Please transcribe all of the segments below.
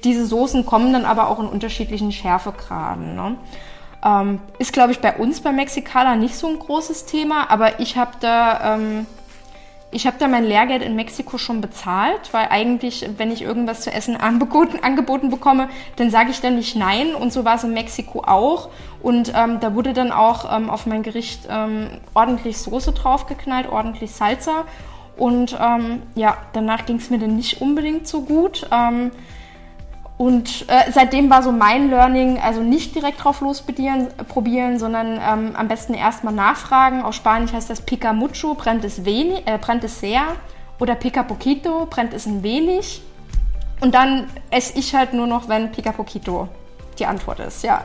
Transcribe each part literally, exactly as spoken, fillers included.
diese Soßen kommen dann aber auch in unterschiedlichen Schärfegraden, ne? Ähm, ist, glaube ich, bei uns bei Mexikaner nicht so ein großes Thema, aber ich habe da, ähm, ich habe da mein Lehrgeld in Mexiko schon bezahlt, weil eigentlich, wenn ich irgendwas zu essen angeboten, angeboten bekomme, dann sage ich dann nicht nein, und so war es in Mexiko auch, und ähm, da wurde dann auch ähm, auf mein Gericht ähm, ordentlich Soße draufgeknallt, ordentlich Salsa, und ähm, ja, danach ging es mir dann nicht unbedingt so gut. Ähm, Und äh, seitdem war so mein Learning, also nicht direkt drauf losprobieren, probieren, sondern ähm, am besten erstmal nachfragen. Auf Spanisch heißt das pica mucho, brennt es, wenig, äh, brennt es sehr. Oder pica poquito, brennt es ein wenig. Und dann esse ich halt nur noch, wenn pica poquito die Antwort ist, ja.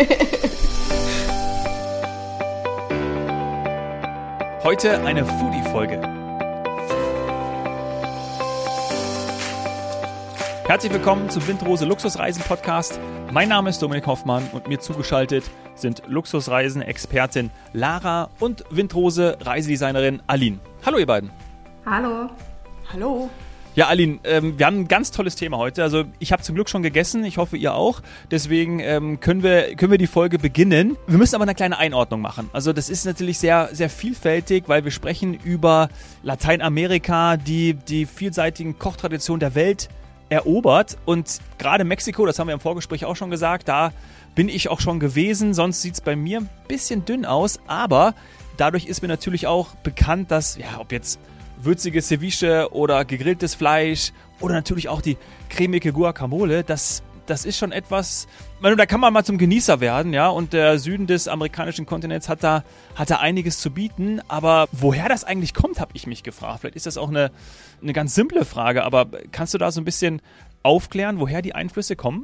Heute eine Foodie-Folge. Herzlich willkommen zum Windrose Luxusreisen Podcast. Mein Name ist Dominik Hoffmann und mir zugeschaltet sind Luxusreisen-Expertin Lara und Windrose Reisedesignerin Aline. Hallo ihr beiden. Hallo. Hallo. Ja, Aline, ähm, wir haben ein ganz tolles Thema heute. Also ich habe zum Glück schon gegessen, ich hoffe ihr auch. Deswegen ähm, können wir, können wir die Folge beginnen. Wir müssen aber eine kleine Einordnung machen. Also das ist natürlich sehr, sehr vielfältig, weil wir sprechen über Lateinamerika, die, die vielseitigen Kochtraditionen der Welt erobert, und gerade Mexiko, das haben wir im Vorgespräch auch schon gesagt, da bin ich auch schon gewesen, sonst sieht es bei mir ein bisschen dünn aus, aber dadurch ist mir natürlich auch bekannt, dass, ja, ob jetzt würziges Ceviche oder gegrilltes Fleisch oder natürlich auch die cremige Guacamole, das, das ist schon etwas, da kann man mal zum Genießer werden, ja, und der Süden des amerikanischen Kontinents hat da, hat da einiges zu bieten, aber woher das eigentlich kommt, habe ich mich gefragt. Vielleicht ist das auch eine, eine ganz simple Frage, aber kannst du da so ein bisschen aufklären, woher die Einflüsse kommen?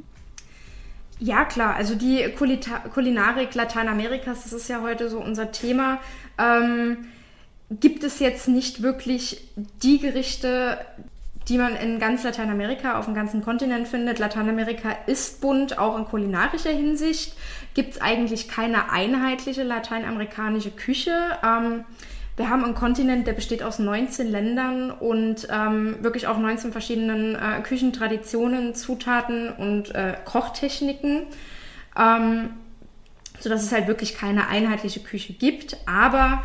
Ja, klar, also die Kulita- Kulinarik Lateinamerikas, das ist ja heute so unser Thema, ähm, gibt es jetzt nicht wirklich die Gerichte, die man in ganz Lateinamerika, auf dem ganzen Kontinent findet. Lateinamerika ist bunt, auch in kulinarischer Hinsicht. Gibt es eigentlich keine einheitliche lateinamerikanische Küche. Ähm, wir haben einen Kontinent, der besteht aus neunzehn Ländern und ähm, wirklich auch neunzehn verschiedenen äh, Küchentraditionen, Zutaten und äh, Kochtechniken, ähm, sodass es halt wirklich keine einheitliche Küche gibt. Aber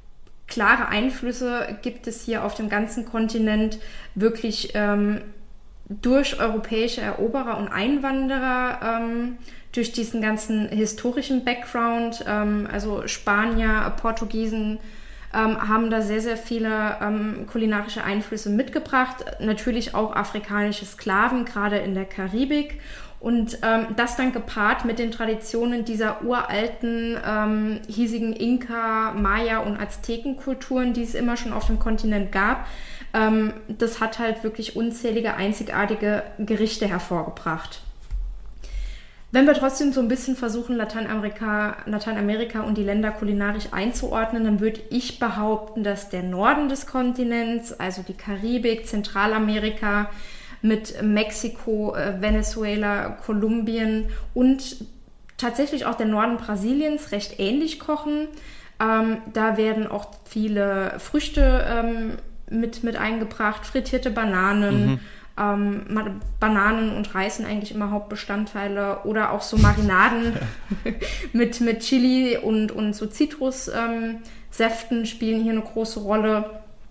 klare Einflüsse gibt es hier auf dem ganzen Kontinent wirklich ähm, durch europäische Eroberer und Einwanderer, ähm, durch diesen ganzen historischen Background, ähm, also Spanier, Portugiesen ähm, haben da sehr, sehr viele ähm, kulinarische Einflüsse mitgebracht. Natürlich auch afrikanische Sklaven, gerade in der Karibik. Und ähm, das dann gepaart mit den Traditionen dieser uralten, ähm, hiesigen Inka, Maya und Aztekenkulturen, die es immer schon auf dem Kontinent gab, ähm, das hat halt wirklich unzählige, einzigartige Gerichte hervorgebracht. Wenn wir trotzdem so ein bisschen versuchen, Lateinamerika, Lateinamerika und die Länder kulinarisch einzuordnen, dann würde ich behaupten, dass der Norden des Kontinents, also die Karibik, Zentralamerika, mit Mexiko, äh, Venezuela, Kolumbien und tatsächlich auch der Norden Brasiliens recht ähnlich kochen. Ähm, da werden auch viele Früchte ähm, mit, mit eingebracht, frittierte Bananen. Mhm. Ähm, Bananen und Reis sind eigentlich immer Hauptbestandteile, oder auch so Marinaden mit, mit Chili und, und so Zitrussäften ähm, spielen hier eine große Rolle.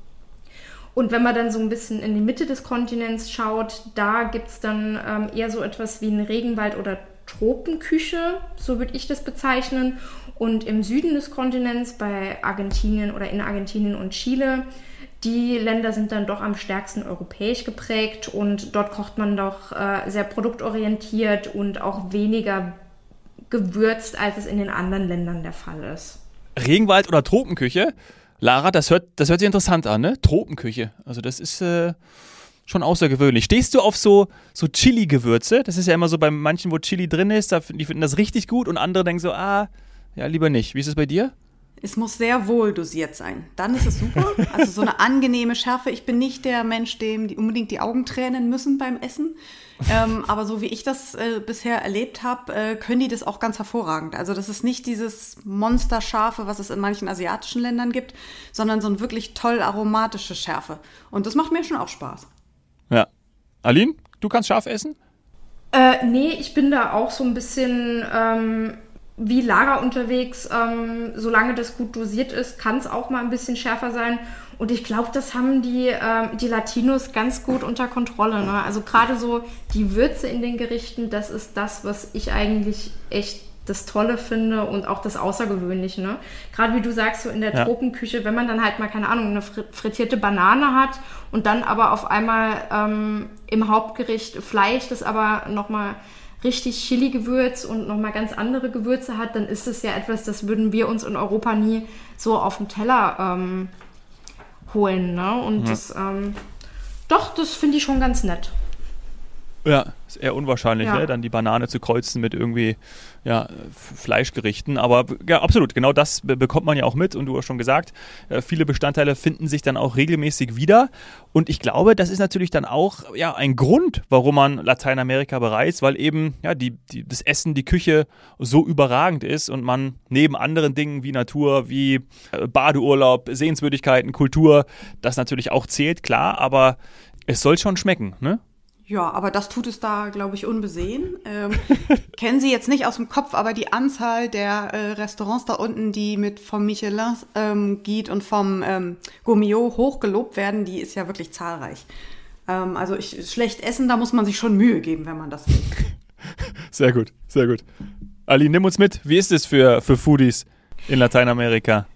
Und wenn man dann so ein bisschen in die Mitte des Kontinents schaut, da gibt es dann ähm, eher so etwas wie eine Regenwald- oder Tropenküche, so würde ich das bezeichnen. Und im Süden des Kontinents, bei Argentinien oder in Argentinien und Chile, die Länder sind dann doch am stärksten europäisch geprägt, und dort kocht man doch äh, sehr produktorientiert und auch weniger gewürzt, als es in den anderen Ländern der Fall ist. Regenwald- oder Tropenküche? Lara, das hört, das hört sich interessant an, ne? Tropenküche. Also das ist äh, schon außergewöhnlich. Stehst du auf so, so Chili-Gewürze? Das ist ja immer so bei manchen, wo Chili drin ist, da, die finden das richtig gut, und andere denken so, ah, ja, lieber nicht. Wie ist es bei dir? Es muss sehr wohl dosiert sein. Dann ist es super. Also so eine angenehme Schärfe. Ich bin nicht der Mensch, dem die unbedingt die Augen tränen müssen beim Essen. Ähm, aber so wie ich das äh, bisher erlebt habe, äh, können die das auch ganz hervorragend. Also das ist nicht dieses Monsterscharfe, was es in manchen asiatischen Ländern gibt, sondern so eine wirklich toll aromatische Schärfe. Und das macht mir schon auch Spaß. Ja. Aline, du kannst scharf essen? Äh, nee, ich bin da auch so ein bisschen ähm, wie Lara unterwegs. Ähm, solange das gut dosiert ist, kann es auch mal ein bisschen schärfer sein. Und ich glaube, das haben die, ähm, die Latinos ganz gut unter Kontrolle. Ne? Also gerade so die Würze in den Gerichten, das ist das, was ich eigentlich echt das Tolle finde und auch das Außergewöhnliche. Ne? Gerade wie du sagst, so in der ja. Tropenküche, wenn man dann halt mal, keine Ahnung, eine frittierte Banane hat und dann aber auf einmal ähm, im Hauptgericht Fleisch, das aber nochmal richtig Chili-Gewürz und nochmal ganz andere Gewürze hat, dann ist es ja etwas, das würden wir uns in Europa nie so auf den Teller ähm, holen. Ne? Und mhm. das, ähm, doch, das finde ich schon ganz nett. Ja, ist eher unwahrscheinlich, ja. ne? Dann die Banane zu kreuzen mit irgendwie ja, Fleischgerichten. Aber ja, absolut, genau das be- bekommt man ja auch mit. Und du hast schon gesagt, äh, viele Bestandteile finden sich dann auch regelmäßig wieder. Und ich glaube, das ist natürlich dann auch ja, ein Grund, warum man Lateinamerika bereist, weil eben ja, die, die, das Essen, die Küche so überragend ist und man neben anderen Dingen wie Natur, wie äh, Badeurlaub, Sehenswürdigkeiten, Kultur, das natürlich auch zählt, klar, aber es soll schon schmecken, ne? Ja, aber das tut es da, glaube ich, unbesehen. Ähm, kennen Sie jetzt nicht aus dem Kopf, aber die Anzahl der äh, Restaurants da unten, die mit vom Michelin ähm, Guide und vom ähm, Gourmillot hochgelobt werden, die ist ja wirklich zahlreich. Ähm, also ich, schlecht essen, da muss man sich schon Mühe geben, wenn man das will. Sehr gut, sehr gut. Ali, nimm uns mit. Wie ist es für, für Foodies in Lateinamerika?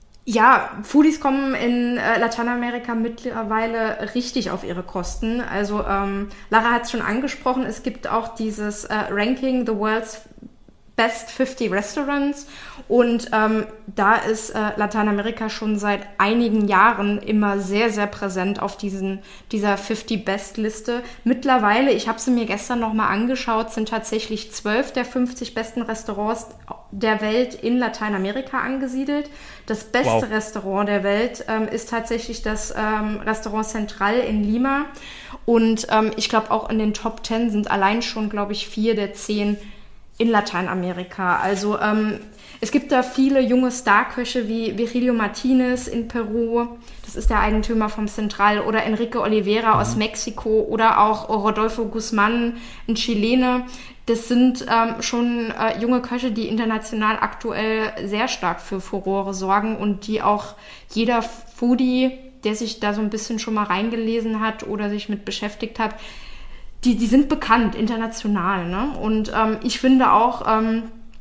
Ja, Foodies kommen in äh, Lateinamerika mittlerweile richtig auf ihre Kosten. Also ähm, Lara hat es schon angesprochen, es gibt auch dieses äh, Ranking, The World's Best fifty Restaurants, und ähm, da ist äh, Lateinamerika schon seit einigen Jahren immer sehr, sehr präsent auf diesen, dieser fifty Best Liste. Mittlerweile, ich habe sie mir gestern nochmal angeschaut, sind tatsächlich zwölf der fünfzig besten Restaurants der Welt in Lateinamerika angesiedelt. Das beste wow. Restaurant der Welt ähm, ist tatsächlich das ähm, Restaurant Central in Lima, und ähm, ich glaube auch in den Top zehn sind allein schon, glaube ich, vier der zehn in Lateinamerika. Also ähm, es gibt da viele junge Starköche wie Virgilio Martinez in Peru, das ist der Eigentümer vom Central, oder Enrique Oliveira mhm. aus Mexiko, oder auch Rodolfo Guzmán, ein Chilene. Das sind ähm, schon äh, junge Köche, die international aktuell sehr stark für Furore sorgen und die auch jeder Foodie, der sich da so ein bisschen schon mal reingelesen hat oder sich mit beschäftigt hat, Die, die sind bekannt, international. Ne? Und ähm, ich finde auch, ähm,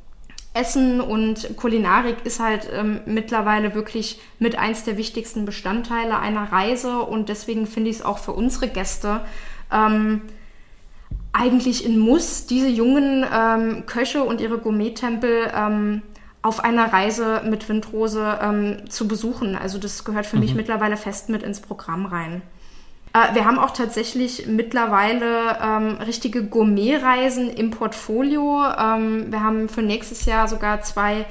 Essen und Kulinarik ist halt ähm, mittlerweile wirklich mit eins der wichtigsten Bestandteile einer Reise. Und deswegen finde ich es auch für unsere Gäste ähm, eigentlich ein Muss, diese jungen ähm, Köche und ihre Gourmet-Tempel ähm, auf einer Reise mit Windrose ähm, zu besuchen. Also das gehört für mhm. mich mittlerweile fest mit ins Programm rein. Wir haben auch tatsächlich mittlerweile ähm, richtige Gourmet-Reisen im Portfolio. Ähm, wir haben für nächstes Jahr sogar zwei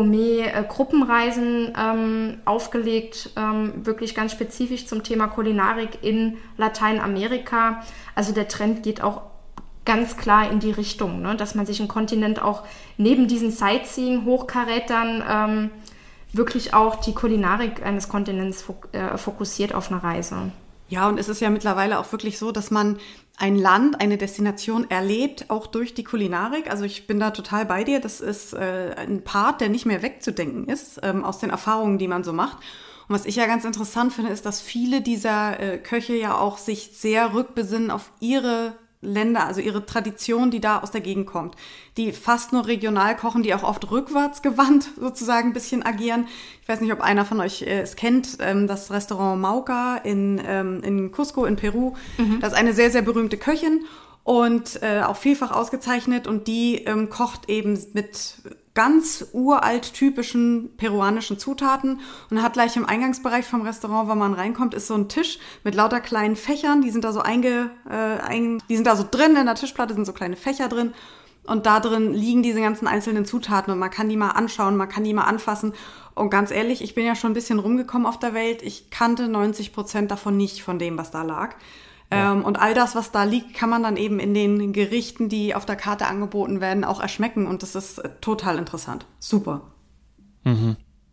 Gourmet-Gruppenreisen ähm, aufgelegt, ähm, wirklich ganz spezifisch zum Thema Kulinarik in Lateinamerika. Also der Trend geht auch ganz klar in die Richtung, ne? Dass man sich einen Kontinent auch neben diesen Sightseeing-Hochkarätern ähm, wirklich auch die Kulinarik eines Kontinents fok- äh, fokussiert auf eine Reise. Ja, und es ist ja mittlerweile auch wirklich so, dass man ein Land, eine Destination erlebt, auch durch die Kulinarik. Also ich bin da total bei dir. Das ist äh, ein Part, der nicht mehr wegzudenken ist, ähm, aus den Erfahrungen, die man so macht. Und was ich ja ganz interessant finde, ist, dass viele dieser äh, Köche ja auch sich sehr rückbesinnen auf ihre Länder, also ihre Tradition, die da aus der Gegend kommt, die fast nur regional kochen, die auch oft rückwärtsgewandt sozusagen ein bisschen agieren. Ich weiß nicht, ob einer von euch äh, es kennt, ähm, das Restaurant Mauca in, ähm, in Cusco in Peru. Mhm. Das ist eine sehr, sehr berühmte Köchin und äh, auch vielfach ausgezeichnet, und die ähm, kocht eben mit ganz uralt typischen peruanischen Zutaten und hat gleich im Eingangsbereich vom Restaurant, wenn man reinkommt, ist so ein Tisch mit lauter kleinen Fächern, die sind da so einge, äh, ein, die sind da so drin in der Tischplatte, sind so kleine Fächer drin, und da drin liegen diese ganzen einzelnen Zutaten und man kann die mal anschauen, man kann die mal anfassen, und ganz ehrlich, ich bin ja schon ein bisschen rumgekommen auf der Welt, ich kannte neunzig Prozent davon nicht, von dem, was da lag. Ja. Ähm, und all das, was da liegt, kann man dann eben in den Gerichten, die auf der Karte angeboten werden, auch erschmecken. Und das ist äh, total interessant. Super. Mhm.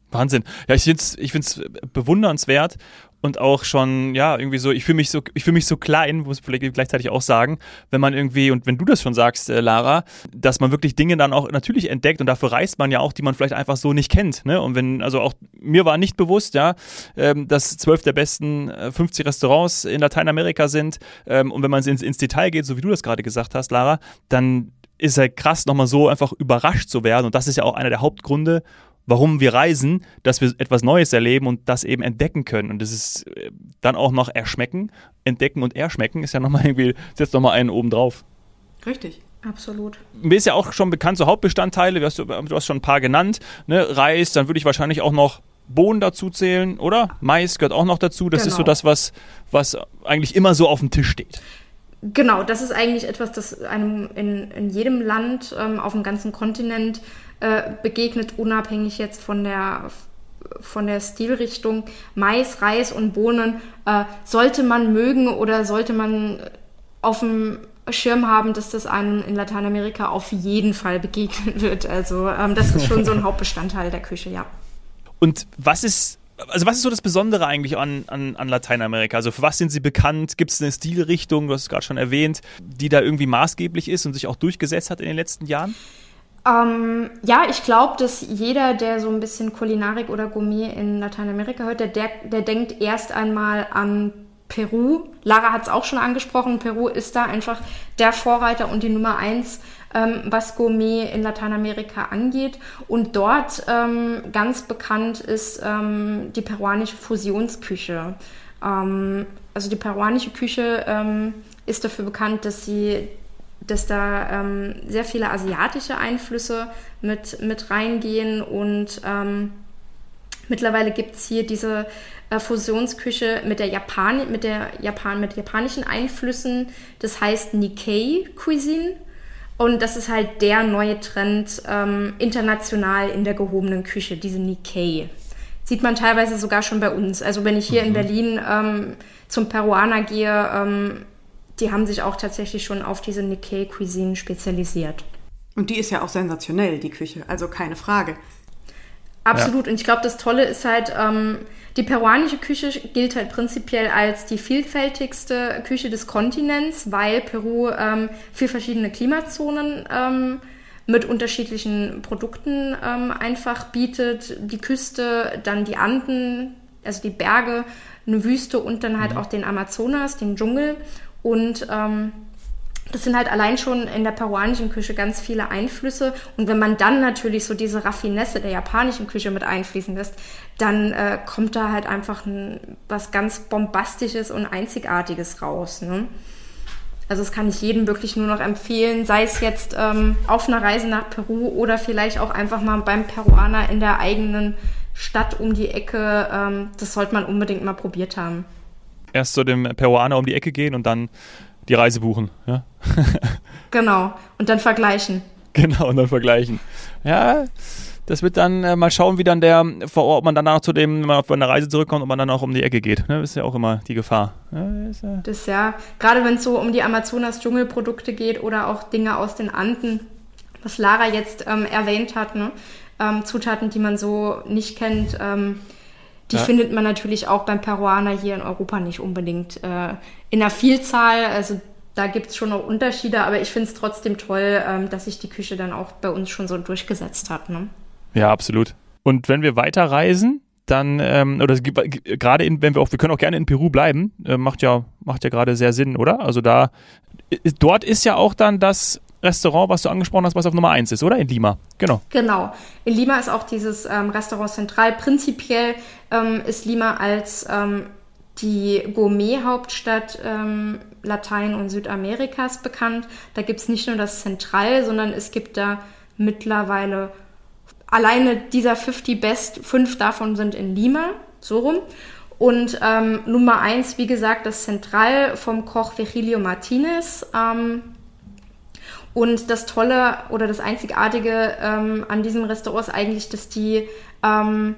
Wahnsinn. Ja, ich finde es ich find's bewundernswert und auch schon, ja, irgendwie so, ich fühle mich so, ich fühle mich so klein, muss ich vielleicht gleichzeitig auch sagen, wenn man irgendwie, und wenn du das schon sagst, äh, Lara, dass man wirklich Dinge dann auch natürlich entdeckt und dafür reist man ja auch, die man vielleicht einfach so nicht kennt, ne? Und wenn, also auch mir war nicht bewusst, ja, ähm, dass zwölf der besten äh, fünfzig Restaurants in Lateinamerika sind, ähm, und wenn man ins, ins Detail geht, so wie du das gerade gesagt hast, Lara, dann ist halt krass, nochmal so einfach überrascht zu werden, und das ist ja auch einer der Hauptgründe, warum wir reisen, dass wir etwas Neues erleben und das eben entdecken können. Und das ist dann auch noch erschmecken, entdecken und erschmecken ist ja nochmal irgendwie, setzt nochmal einen oben drauf. Richtig. Absolut. Mir ist ja auch schon bekannt, so Hauptbestandteile, du hast, du hast schon ein paar genannt, ne? Reis, dann würde ich wahrscheinlich auch noch Bohnen dazu zählen, oder? Mais gehört auch noch dazu. Das genau. ist so das, was, was eigentlich immer so auf dem Tisch steht. Genau, das ist eigentlich etwas, das einem in, in jedem Land ähm, auf dem ganzen Kontinent äh, begegnet, unabhängig jetzt von der, von der Stilrichtung. Mais, Reis und Bohnen äh, sollte man mögen oder sollte man auf dem Schirm haben, dass das einem in Lateinamerika auf jeden Fall begegnen wird. Also ähm, das ist schon so ein Hauptbestandteil der Küche, ja. Und was ist Also was ist so das Besondere eigentlich an, an, an Lateinamerika? Also für was sind sie bekannt? Gibt es eine Stilrichtung, du hast es gerade schon erwähnt, die da irgendwie maßgeblich ist und sich auch durchgesetzt hat in den letzten Jahren? Ähm, ja, ich glaube, dass jeder, der so ein bisschen Kulinarik oder Gourmet in Lateinamerika hört, der, der, der denkt erst einmal an Peru. Lara hat es auch schon angesprochen, Peru ist da einfach der Vorreiter und die Nummer eins, ähm, was Gourmet in Lateinamerika angeht. Und dort ähm, ganz bekannt ist ähm, die peruanische Fusionsküche. Ähm, also die peruanische Küche ähm, ist dafür bekannt, dass sie dass da ähm, sehr viele asiatische Einflüsse mit, mit reingehen und ähm, mittlerweile gibt es hier diese äh, Fusionsküche mit der, Japan mit, der Japan mit japanischen Einflüssen, das heißt Nikkei Cuisine und das ist halt der neue Trend ähm, international in der gehobenen Küche, diese Nikkei. Sieht man teilweise sogar schon bei uns. Also wenn ich hier mhm. in Berlin ähm, zum Peruaner gehe, ähm, die haben sich auch tatsächlich schon auf diese Nikkei-Cuisine spezialisiert. Und die ist ja auch sensationell, die Küche, also keine Frage. Absolut. Ja. Und ich glaube, das Tolle ist halt, ähm, die peruanische Küche gilt halt prinzipiell als die vielfältigste Küche des Kontinents, weil Peru ähm, vier verschiedene Klimazonen ähm, mit unterschiedlichen Produkten ähm, einfach bietet. Die Küste, dann die Anden, also die Berge, eine Wüste und dann halt mhm. auch den Amazonas, den Dschungel. Und ähm, das sind halt allein schon in der peruanischen Küche ganz viele Einflüsse. Und wenn man dann natürlich so diese Raffinesse der japanischen Küche mit einfließen lässt, dann äh, kommt da halt einfach ein, was ganz Bombastisches und Einzigartiges raus. Ne? Also das kann ich jedem wirklich nur noch empfehlen, sei es jetzt ähm, auf einer Reise nach Peru oder vielleicht auch einfach mal beim Peruaner in der eigenen Stadt um die Ecke. Ähm, das sollte man unbedingt mal probiert haben. Erst zu dem Peruaner um die Ecke gehen und dann die Reise buchen. Ja? Genau, und dann vergleichen. Genau, und dann vergleichen. Ja, das wird dann äh, mal schauen, wie dann der vor Ort, ob man danach zu dem, wenn man auf eine Reise zurückkommt, ob man dann auch um die Ecke geht. Ne? Das ist ja auch immer die Gefahr. Ja, ist, äh das ja, gerade wenn es so um die Amazonas-Dschungelprodukte geht oder auch Dinge aus den Anden, was Lara jetzt ähm, erwähnt hat, ne? ähm, Zutaten, die man so nicht kennt, ähm, die ja. findet man natürlich auch beim Peruaner hier in Europa nicht unbedingt äh, in der Vielzahl. Also da gibt es schon noch Unterschiede, aber ich finde es trotzdem toll, ähm, dass sich die Küche dann auch bei uns schon so durchgesetzt hat. Ne? Ja, absolut. Und wenn wir weiterreisen, dann, ähm, oder gerade in, wenn wir auch, wir können auch gerne in Peru bleiben, äh, macht ja, macht ja gerade sehr Sinn, oder? Also da, dort ist ja auch dann das Restaurant, was du angesprochen hast, was auf Nummer eins ist, oder? In Lima, genau. Genau. In Lima ist auch dieses ähm, Restaurant Central. Prinzipiell ähm, ist Lima als ähm, die Gourmet-Hauptstadt ähm, Latein- und Südamerikas bekannt. Da gibt es nicht nur das Central, sondern es gibt da mittlerweile alleine dieser fünfzig Best, fünf davon sind in Lima, so rum. Und ähm, Nummer eins, wie gesagt, das Central vom Koch Virgilio Martinez. Ähm, Und das Tolle oder das Einzigartige ähm, an diesem Restaurant ist eigentlich, dass die ähm,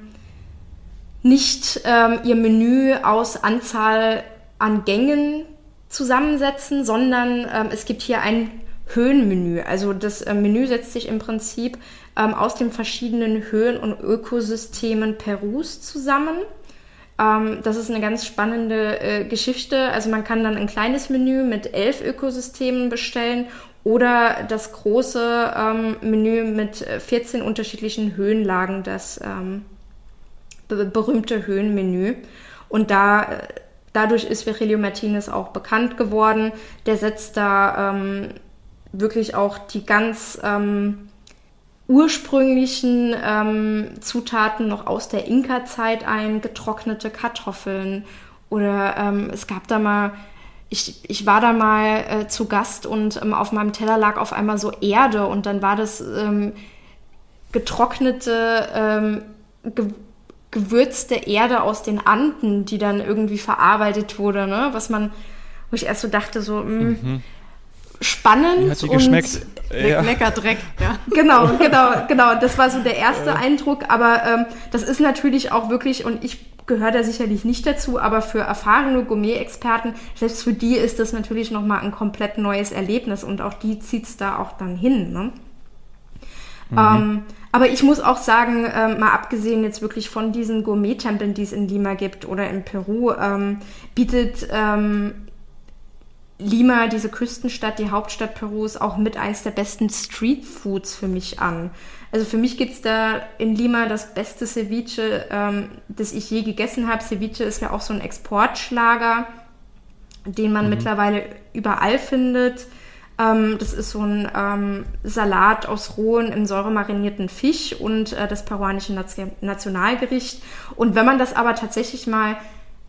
nicht ähm, ihr Menü aus Anzahl an Gängen zusammensetzen, sondern ähm, es gibt hier ein Höhenmenü. Also das äh, Menü setzt sich im Prinzip ähm, aus den verschiedenen Höhen- und Ökosystemen Perus zusammen. Ähm, das ist eine ganz spannende äh, Geschichte. Also man kann dann ein kleines Menü mit elf Ökosystemen bestellen oder das große ähm, Menü mit vierzehn unterschiedlichen Höhenlagen, das ähm, be- berühmte Höhenmenü. Und da dadurch ist Virgilio Martinez auch bekannt geworden. Der setzt da ähm, wirklich auch die ganz ähm, ursprünglichen ähm, Zutaten noch aus der Inka-Zeit ein, getrocknete Kartoffeln oder ähm, es gab da mal, ich, ich war da mal äh, zu Gast und ähm, auf meinem Teller lag auf einmal so Erde und dann war das ähm, getrocknete, ähm, ge- gewürzte Erde aus den Anden, die dann irgendwie verarbeitet wurde, ne? Was man, wo ich erst so dachte, so, mh, mhm. spannend. Wie hat die geschmeckt? Le- ja. Lecker Dreck, ja. Genau, genau, genau. Das war so der erste Eindruck. Aber ähm, das ist natürlich auch wirklich, und ich gehöre da sicherlich nicht dazu, aber für erfahrene Gourmet-Experten, selbst für die ist das natürlich nochmal ein komplett neues Erlebnis und auch die zieht es da auch dann hin, ne? Mhm. Ähm, aber ich muss auch sagen, ähm, mal abgesehen jetzt wirklich von diesen Gourmet-Tempeln, die es in Lima gibt oder in Peru, ähm, bietet ähm, Lima, diese Küstenstadt, die Hauptstadt Perus, auch mit eins der besten Streetfoods für mich an. Also für mich gibt's da in Lima das beste Ceviche, ähm, das ich je gegessen habe. Ceviche ist ja auch so ein Exportschlager, den man mhm. mittlerweile überall findet. Ähm, das ist so ein ähm, Salat aus rohen, im Säure marinierten Fisch und äh, das peruanische Nation- Nationalgericht. Und wenn man das aber tatsächlich mal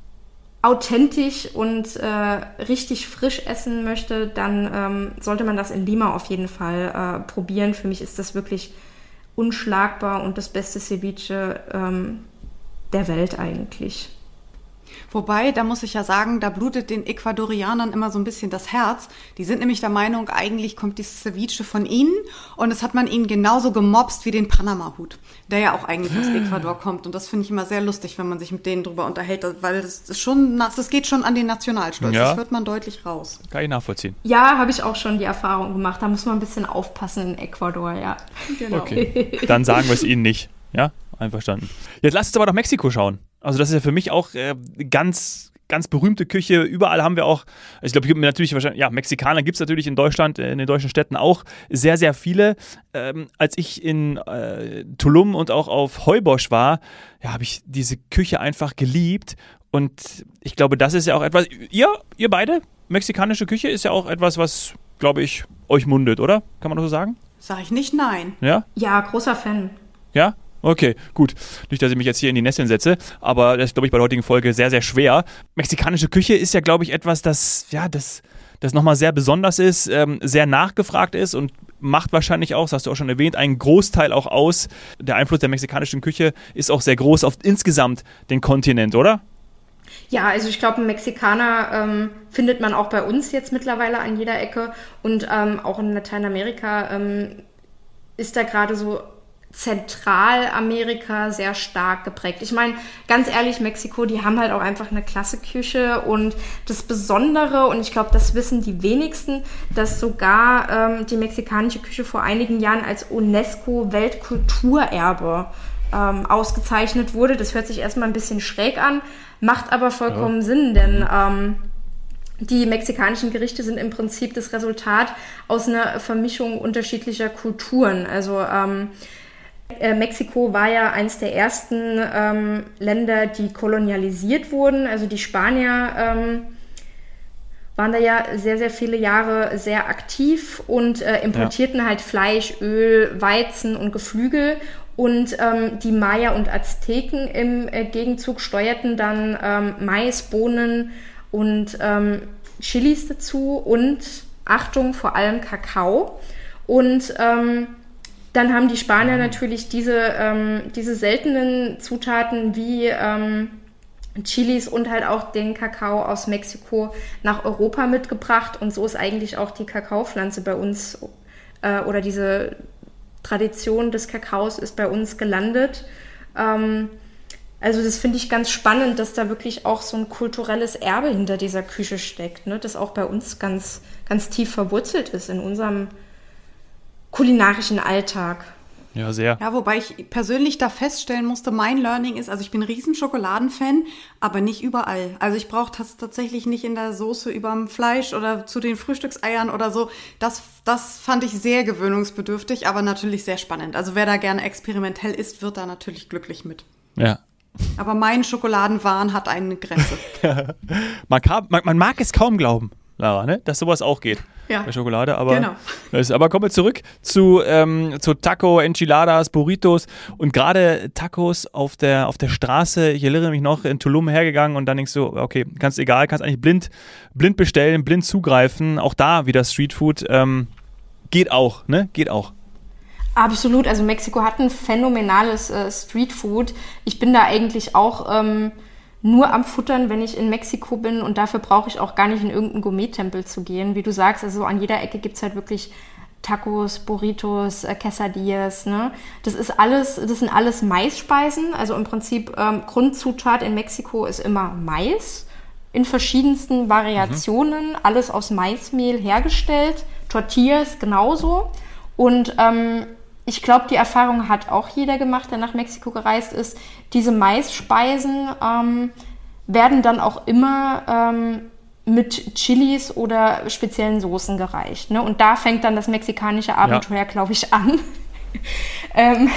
authentisch und äh, richtig frisch essen möchte, dann ähm, sollte man das in Lima auf jeden Fall äh, probieren. Für mich ist das wirklich unschlagbar und das beste Ceviche ähm, der Welt eigentlich. Wobei, da muss ich ja sagen, da blutet den Ecuadorianern immer so ein bisschen das Herz. Die sind nämlich der Meinung, eigentlich kommt dieses Ceviche von ihnen und das hat man ihnen genauso gemobst wie den Panama-Hut, der ja auch eigentlich aus Ecuador kommt. Und das finde ich immer sehr lustig, wenn man sich mit denen drüber unterhält, weil das ist schon, das geht schon an den Nationalstolz. Ja. Das hört man deutlich raus. Kann ich nachvollziehen. Ja, habe ich auch schon die Erfahrung gemacht. Da muss man ein bisschen aufpassen in Ecuador, ja. Genau. Okay, dann sagen wir es ihnen nicht. Ja, einverstanden. Jetzt lasst uns aber nach Mexiko schauen. Also das ist ja für mich auch äh, ganz, ganz berühmte Küche. Überall haben wir auch, ich glaube, natürlich wahrscheinlich, ja, Mexikaner gibt es natürlich in Deutschland, in den deutschen Städten auch sehr, sehr viele. Ähm, als ich in äh, Tulum und auch auf Heubosch war, ja, habe ich diese Küche einfach geliebt. Und ich glaube, das ist ja auch etwas, ihr, ihr beide, mexikanische Küche ist ja auch etwas, was, glaube ich, euch mundet, oder? Kann man das so sagen? Sag ich nicht nein. Ja? Ja, großer Fan. Ja? Okay, gut. Nicht, dass ich mich jetzt hier in die Nesseln setze, aber das ist, glaube ich, bei der heutigen Folge sehr, sehr schwer. Mexikanische Küche ist ja, glaube ich, etwas, das, ja, das, das nochmal sehr besonders ist, ähm, sehr nachgefragt ist und macht wahrscheinlich auch, das hast du auch schon erwähnt, einen Großteil auch aus. Der Einfluss der mexikanischen Küche ist auch sehr groß auf insgesamt den Kontinent, oder? Ja, also ich glaube, einen Mexikaner ähm, findet man auch bei uns jetzt mittlerweile an jeder Ecke und ähm, auch in Lateinamerika ähm, ist da gerade so Zentralamerika sehr stark geprägt. Ich meine, ganz ehrlich, Mexiko, die haben halt auch einfach eine klasse Küche und das Besondere, und ich glaube, das wissen die wenigsten, dass sogar ähm, die mexikanische Küche vor einigen Jahren als UNESCO-Weltkulturerbe ähm, ausgezeichnet wurde. Das hört sich erstmal ein bisschen schräg an, macht aber vollkommen ja. Sinn, denn ähm, die mexikanischen Gerichte sind im Prinzip das Resultat aus einer Vermischung unterschiedlicher Kulturen. Also ähm, Äh, Mexiko war ja eins der ersten ähm, Länder, die kolonialisiert wurden. Also die Spanier ähm, waren da ja sehr, sehr viele Jahre sehr aktiv und äh, importierten ja. halt Fleisch, Öl, Weizen und Geflügel. Und ähm, die Maya und Azteken im äh, Gegenzug steuerten dann ähm, Mais, Bohnen und ähm, Chilis dazu und, Achtung, vor allem Kakao. Und ähm, dann haben die Spanier natürlich diese, ähm, diese seltenen Zutaten wie ähm, Chilis und halt auch den Kakao aus Mexiko nach Europa mitgebracht. Und so ist eigentlich auch die Kakaopflanze bei uns äh, oder diese Tradition des Kakaos ist bei uns gelandet. Ähm, Also das finde ich ganz spannend, dass da wirklich auch so ein kulturelles Erbe hinter dieser Küche steckt, ne? Das auch bei uns ganz, ganz tief verwurzelt ist in unserem kulinarischen Alltag. Ja, sehr. Ja, wobei ich persönlich da feststellen musste, mein Learning ist, also ich bin ein riesen Schokoladenfan, aber nicht überall. Also ich brauche das tatsächlich nicht in der Soße überm Fleisch oder zu den Frühstückseiern oder so. Das, das fand ich sehr gewöhnungsbedürftig, aber natürlich sehr spannend. Also wer da gerne experimentell isst, wird da natürlich glücklich mit. Ja. Aber mein Schokoladenwahn hat eine Grenze. man, kann, man, man mag es kaum glauben, Lara, ne? Dass sowas auch geht. Ja. Bei Schokolade, aber, genau. das, aber kommen wir zurück zu, ähm, zu Taco, Enchiladas, Burritos und gerade Tacos auf der, auf der Straße. Ich erinnere mich noch, in Tulum hergegangen und dann denkst du, okay, kannst egal, kannst eigentlich blind, blind bestellen, blind zugreifen. Auch da wieder Streetfood. Ähm, geht auch, ne? Geht auch. Absolut, also Mexiko hat ein phänomenales äh, Streetfood. Ich bin da eigentlich auch ähm, nur am Futtern, wenn ich in Mexiko bin und dafür brauche ich auch gar nicht in irgendeinen Gourmet-Tempel zu gehen. Wie du sagst, also an jeder Ecke gibt es halt wirklich Tacos, Burritos, äh, Quesadillas, ne? Das ist alles, das sind alles Maisspeisen, also im Prinzip ähm, Grundzutat in Mexiko ist immer Mais in verschiedensten Variationen, mhm. alles aus Maismehl hergestellt, Tortillas genauso und ähm, ich glaube, die Erfahrung hat auch jeder gemacht, der nach Mexiko gereist ist. Diese Maisspeisen ähm, werden dann auch immer ähm, mit Chilis oder speziellen Soßen gereicht. Ne? Und da fängt dann das mexikanische Abenteuer, ja. glaube ich, an. ähm,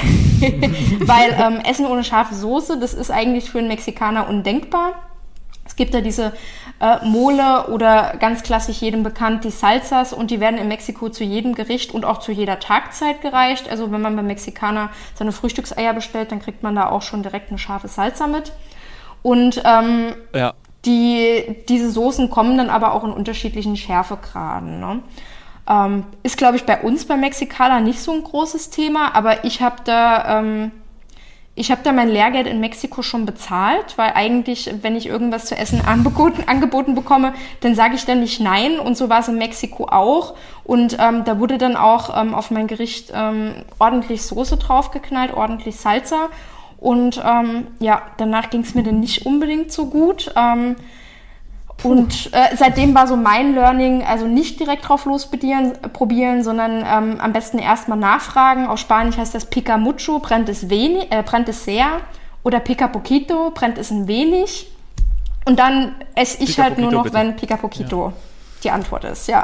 weil ähm, Essen ohne scharfe Soße, das ist eigentlich für einen Mexikaner undenkbar. Es gibt da diese äh, Mole oder ganz klassisch jedem bekannt, die Salsas und die werden in Mexiko zu jedem Gericht und auch zu jeder Tagzeit gereicht. Also wenn man beim Mexikaner seine Frühstückseier bestellt, dann kriegt man da auch schon direkt eine scharfe Salsa mit. Und ähm, ja. die, diese Soßen kommen dann aber auch in unterschiedlichen Schärfegraden. Ne? Ähm, ist, glaube ich, bei uns beim Mexikaner nicht so ein großes Thema, aber ich habe da... Ähm, Ich habe da mein Lehrgeld in Mexiko schon bezahlt, weil eigentlich, wenn ich irgendwas zu essen angeboten, angeboten bekomme, dann sage ich dann nicht nein. Und so war es in Mexiko auch. Und ähm, da wurde dann auch ähm, auf mein Gericht ähm, ordentlich Soße draufgeknallt, ordentlich Salsa. Und ähm, ja, danach ging es mir dann nicht unbedingt so gut. Ähm, Und äh, seitdem war so mein Learning, also nicht direkt drauf losprobieren, probieren, sondern ähm, am besten erstmal nachfragen. Auf Spanisch heißt das pica mucho, brennt es, wenig, äh, brennt es sehr. Oder pica poquito, brennt es ein wenig. Und dann esse ich pica halt poquito, nur noch, bitte. Wenn pica poquito ja. die Antwort ist, ja.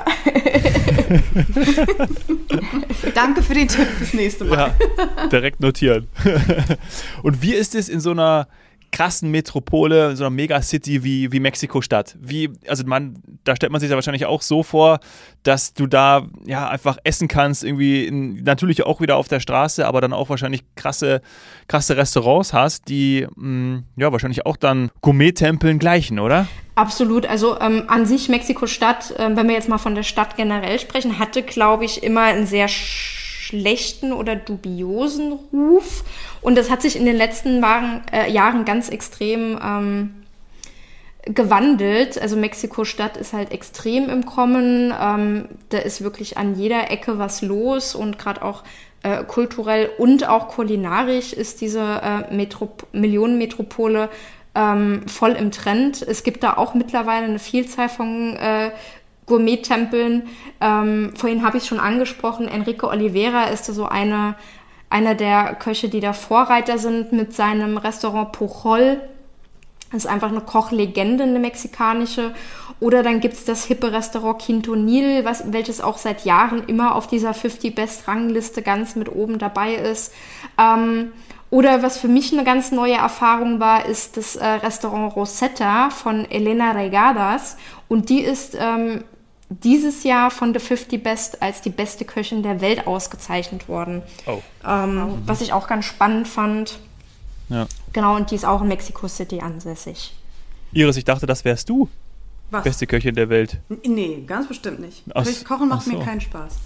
Danke für den Tipp fürs nächste Mal. Ja, direkt notieren. Und wie ist es in so einer krassen Metropole, so einer Megacity wie, wie Mexiko-Stadt? Wie, also man, da stellt man sich ja wahrscheinlich auch so vor, dass du da ja einfach essen kannst, irgendwie in, natürlich auch wieder auf der Straße, aber dann auch wahrscheinlich krasse, krasse Restaurants hast, die mh, ja wahrscheinlich auch dann Gourmet-Tempeln gleichen, oder? Absolut, also ähm, an sich Mexiko-Stadt, äh, wenn wir jetzt mal von der Stadt generell sprechen, hatte, glaube ich, immer einen sehr schlechten oder dubiosen Ruf. Und das hat sich in den letzten Jahren, äh, Jahren ganz extrem ähm, gewandelt. Also Mexiko-Stadt ist halt extrem im Kommen. Ähm, da ist wirklich an jeder Ecke was los und gerade auch äh, kulturell und auch kulinarisch ist diese äh, Metrop- Millionenmetropole ähm, voll im Trend. Es gibt da auch mittlerweile eine Vielzahl von äh, Gourmet-Tempeln. Ähm, vorhin habe ich schon angesprochen, Enrique Olivera ist so eine, einer der Köche, die da Vorreiter sind mit seinem Restaurant Pujol. Das ist einfach eine Kochlegende, eine mexikanische. Oder dann gibt es das hippe Restaurant Quintonil, was, welches auch seit Jahren immer auf dieser fünfzig Best-Rangliste ganz mit oben dabei ist. Ähm, Oder was für mich eine ganz neue Erfahrung war, ist das äh, Restaurant Rosetta von Elena Regadas. Und die ist ähm, dieses Jahr von The fünfzig Best als die beste Köchin der Welt ausgezeichnet worden. Oh. Ähm, mhm. Was ich auch ganz spannend fand. Ja. Genau, und die ist auch in Mexico City ansässig. Iris, ich dachte, das wärst du. Was? Beste Köchin der Welt. Nee, ganz bestimmt nicht. Ach, Kochen macht so. mir keinen Spaß.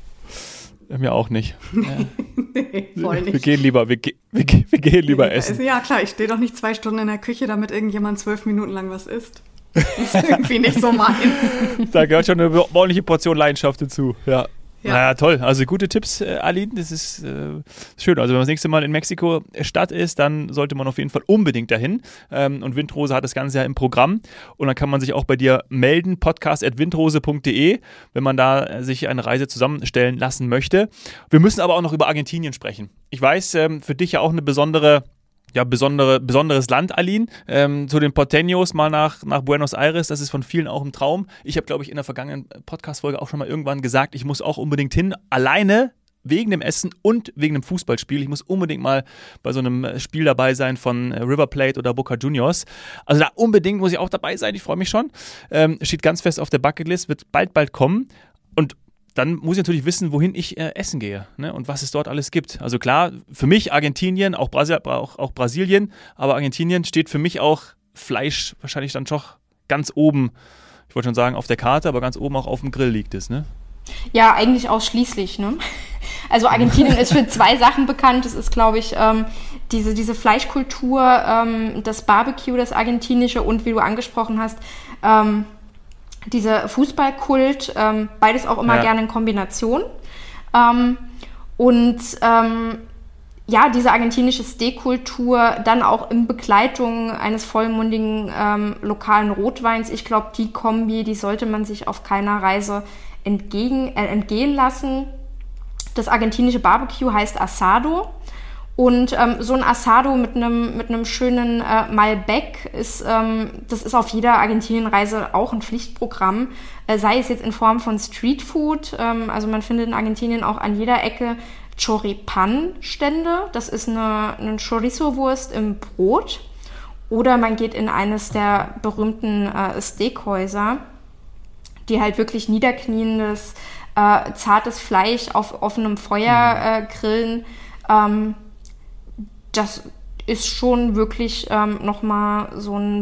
Mir auch nicht. Ja. Nee, voll nicht. Wir gehen lieber, wir, ge- wir, ge- wir gehen lieber wir essen. essen. Ja klar, ich stehe doch nicht zwei Stunden in der Küche, damit irgendjemand zwölf Minuten lang was isst. Das ist irgendwie nicht so meins. Da gehört schon eine ordentliche Portion Leidenschaft dazu, ja. Ja. Naja, toll. Also gute Tipps, äh, Aline. Das ist äh, schön. Also wenn man das nächste Mal in Mexiko-Stadt ist, dann sollte man auf jeden Fall unbedingt dahin. Ähm, und Windrose hat das Ganze ja im Programm. Und dann kann man sich auch bei dir melden, podcast at windrose punkt de, wenn man da äh, sich eine Reise zusammenstellen lassen möchte. Wir müssen aber auch noch über Argentinien sprechen. Ich weiß, ähm, für dich ja auch eine besondere... Ja, besondere, besonderes Land, Aline. Ähm, zu den Porteños mal nach, nach Buenos Aires, das ist von vielen auch ein Traum. Ich habe, glaube ich, in der vergangenen Podcast-Folge auch schon mal irgendwann gesagt, ich muss auch unbedingt hin, alleine wegen dem Essen und wegen dem Fußballspiel. Ich muss unbedingt mal bei so einem Spiel dabei sein von River Plate oder Boca Juniors. Also da unbedingt muss ich auch dabei sein, ich freue mich schon. Ähm, steht ganz fest auf der Bucketlist, wird bald, bald kommen. Und dann muss ich natürlich wissen, wohin ich äh, essen gehe, ne? Und was es dort alles gibt. Also klar, für mich Argentinien, auch, Brasil, auch, auch Brasilien, aber Argentinien steht für mich auch Fleisch wahrscheinlich dann doch ganz oben, ich wollte schon sagen auf der Karte, aber ganz oben auch auf dem Grill liegt es, ne? Ja, eigentlich ausschließlich, ne? Also Argentinien ist für zwei Sachen bekannt. Das ist, glaube ich, ähm, diese, diese Fleischkultur, ähm, das Barbecue, das argentinische und wie du angesprochen hast, ähm, dieser Fußballkult, ähm, beides auch immer ja. gerne in Kombination. Ähm, und ähm, ja, diese argentinische Steakkultur dann auch in Begleitung eines vollmundigen ähm, lokalen Rotweins. Ich glaube, die Kombi, die sollte man sich auf keiner Reise entgegen, äh, entgehen lassen. Das argentinische Barbecue heißt Asado. Und ähm, so ein Asado mit einem mit einem schönen äh, Malbec ist, ähm, das ist auf jeder Argentinienreise auch ein Pflichtprogramm, äh, sei es jetzt in Form von Streetfood, ähm, also man findet in Argentinien auch an jeder Ecke Choripan-Stände, das ist eine, eine Chorizo-Wurst im Brot, oder man geht in eines der berühmten äh, Steakhäuser, die halt wirklich niederkniendes, äh, zartes Fleisch auf offenem Feuer äh, grillen. Ähm, Das ist schon wirklich ähm, nochmal so ein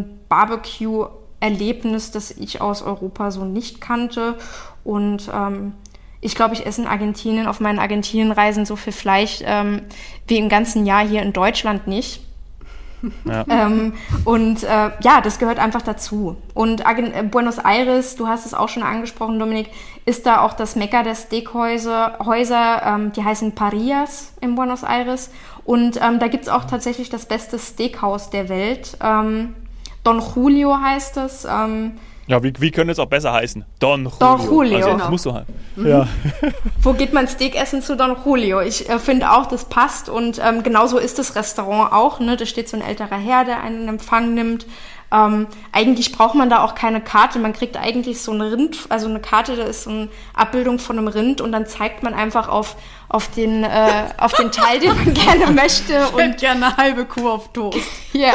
Barbecue-Erlebnis, das ich aus Europa so nicht kannte. Und ähm, ich glaube, ich esse in Argentinien auf meinen Argentinienreisen so viel Fleisch ähm, wie im ganzen Jahr hier in Deutschland nicht. Ja. ähm, und äh, ja, das gehört einfach dazu. Und Argen- äh, Buenos Aires, du hast es auch schon angesprochen, Dominik, ist da auch das Mekka der Steakhäuser. Häuser, ähm, die heißen Parillas in Buenos Aires. Und ähm, da gibt es auch tatsächlich das beste Steakhouse der Welt. Ähm, Don Julio heißt es. Ähm, ja, wie, wie könnte es auch besser heißen? Don Julio. Don Julio. Also, genau. Das musst du halt. Mhm. Ja. Wo geht man Steak essen zu Don Julio? Ich äh, finde auch, das passt. Und ähm, genauso ist das Restaurant auch. Ne? Da steht so ein älterer Herr, der einen in Empfang nimmt. Ähm, eigentlich braucht man da auch keine Karte. Man kriegt eigentlich so eine Rind, also eine Karte, da ist so eine Abbildung von einem Rind und dann zeigt man einfach auf, auf, den, äh, auf den Teil, den man gerne möchte. Ich und hätte gerne eine halbe Kuh auf Toast. Ja.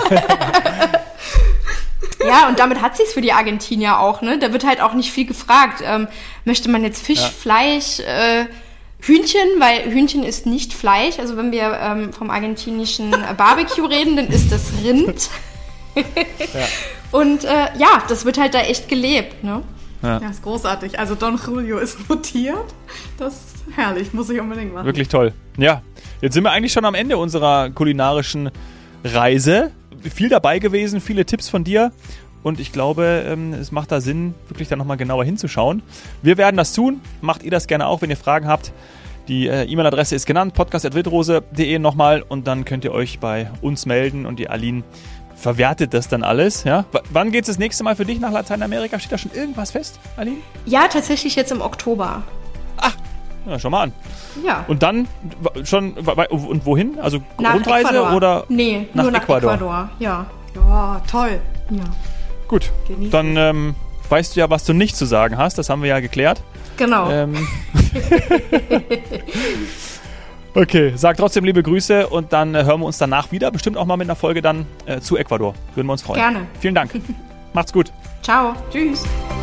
Ja, und damit hat sich's für die Argentinier auch, ne? Da wird halt auch nicht viel gefragt. Ähm, möchte man jetzt Fisch, ja. Fleisch, äh, Hühnchen, weil Hühnchen ist nicht Fleisch. Also wenn wir ähm, vom argentinischen Barbecue reden, dann ist das Rind. Ja. Und äh, ja, das wird halt da echt gelebt, ne? Ja. Ja, ist großartig. Also Don Julio ist notiert. Das ist herrlich, muss ich unbedingt machen. Wirklich toll. Ja, jetzt sind wir eigentlich schon am Ende unserer kulinarischen Reise. Viel dabei gewesen, viele Tipps von dir. Und ich glaube, ähm, es macht da Sinn, wirklich da nochmal genauer hinzuschauen. Wir werden das tun. Macht ihr das gerne auch, wenn ihr Fragen habt. Die äh, E-Mail-Adresse ist genannt, podcast at windrose punkt de nochmal. Und dann könnt ihr euch bei uns melden und die Aline verwertet das dann alles. Ja? W- wann geht es das nächste Mal für dich nach Lateinamerika? Steht da schon irgendwas fest, Aline? Ja, tatsächlich jetzt im Oktober. Ach, ja, schau mal an. Ja. Und dann schon, und wohin? Also nach Rundreise Ecuador. oder? Nee, nach nur nach Ecuador. Ecuador. Ja. Ja, toll. Ja. Gut, Genießen. dann ähm, weißt du ja, was du nicht zu sagen hast. Das haben wir ja geklärt. Genau. Ähm. Okay, sag trotzdem liebe Grüße und dann äh, hören wir uns danach wieder. Bestimmt auch mal mit einer Folge dann äh, zu Ecuador. Würden wir uns freuen. Gerne. Vielen Dank. Macht's gut. Ciao. Tschüss.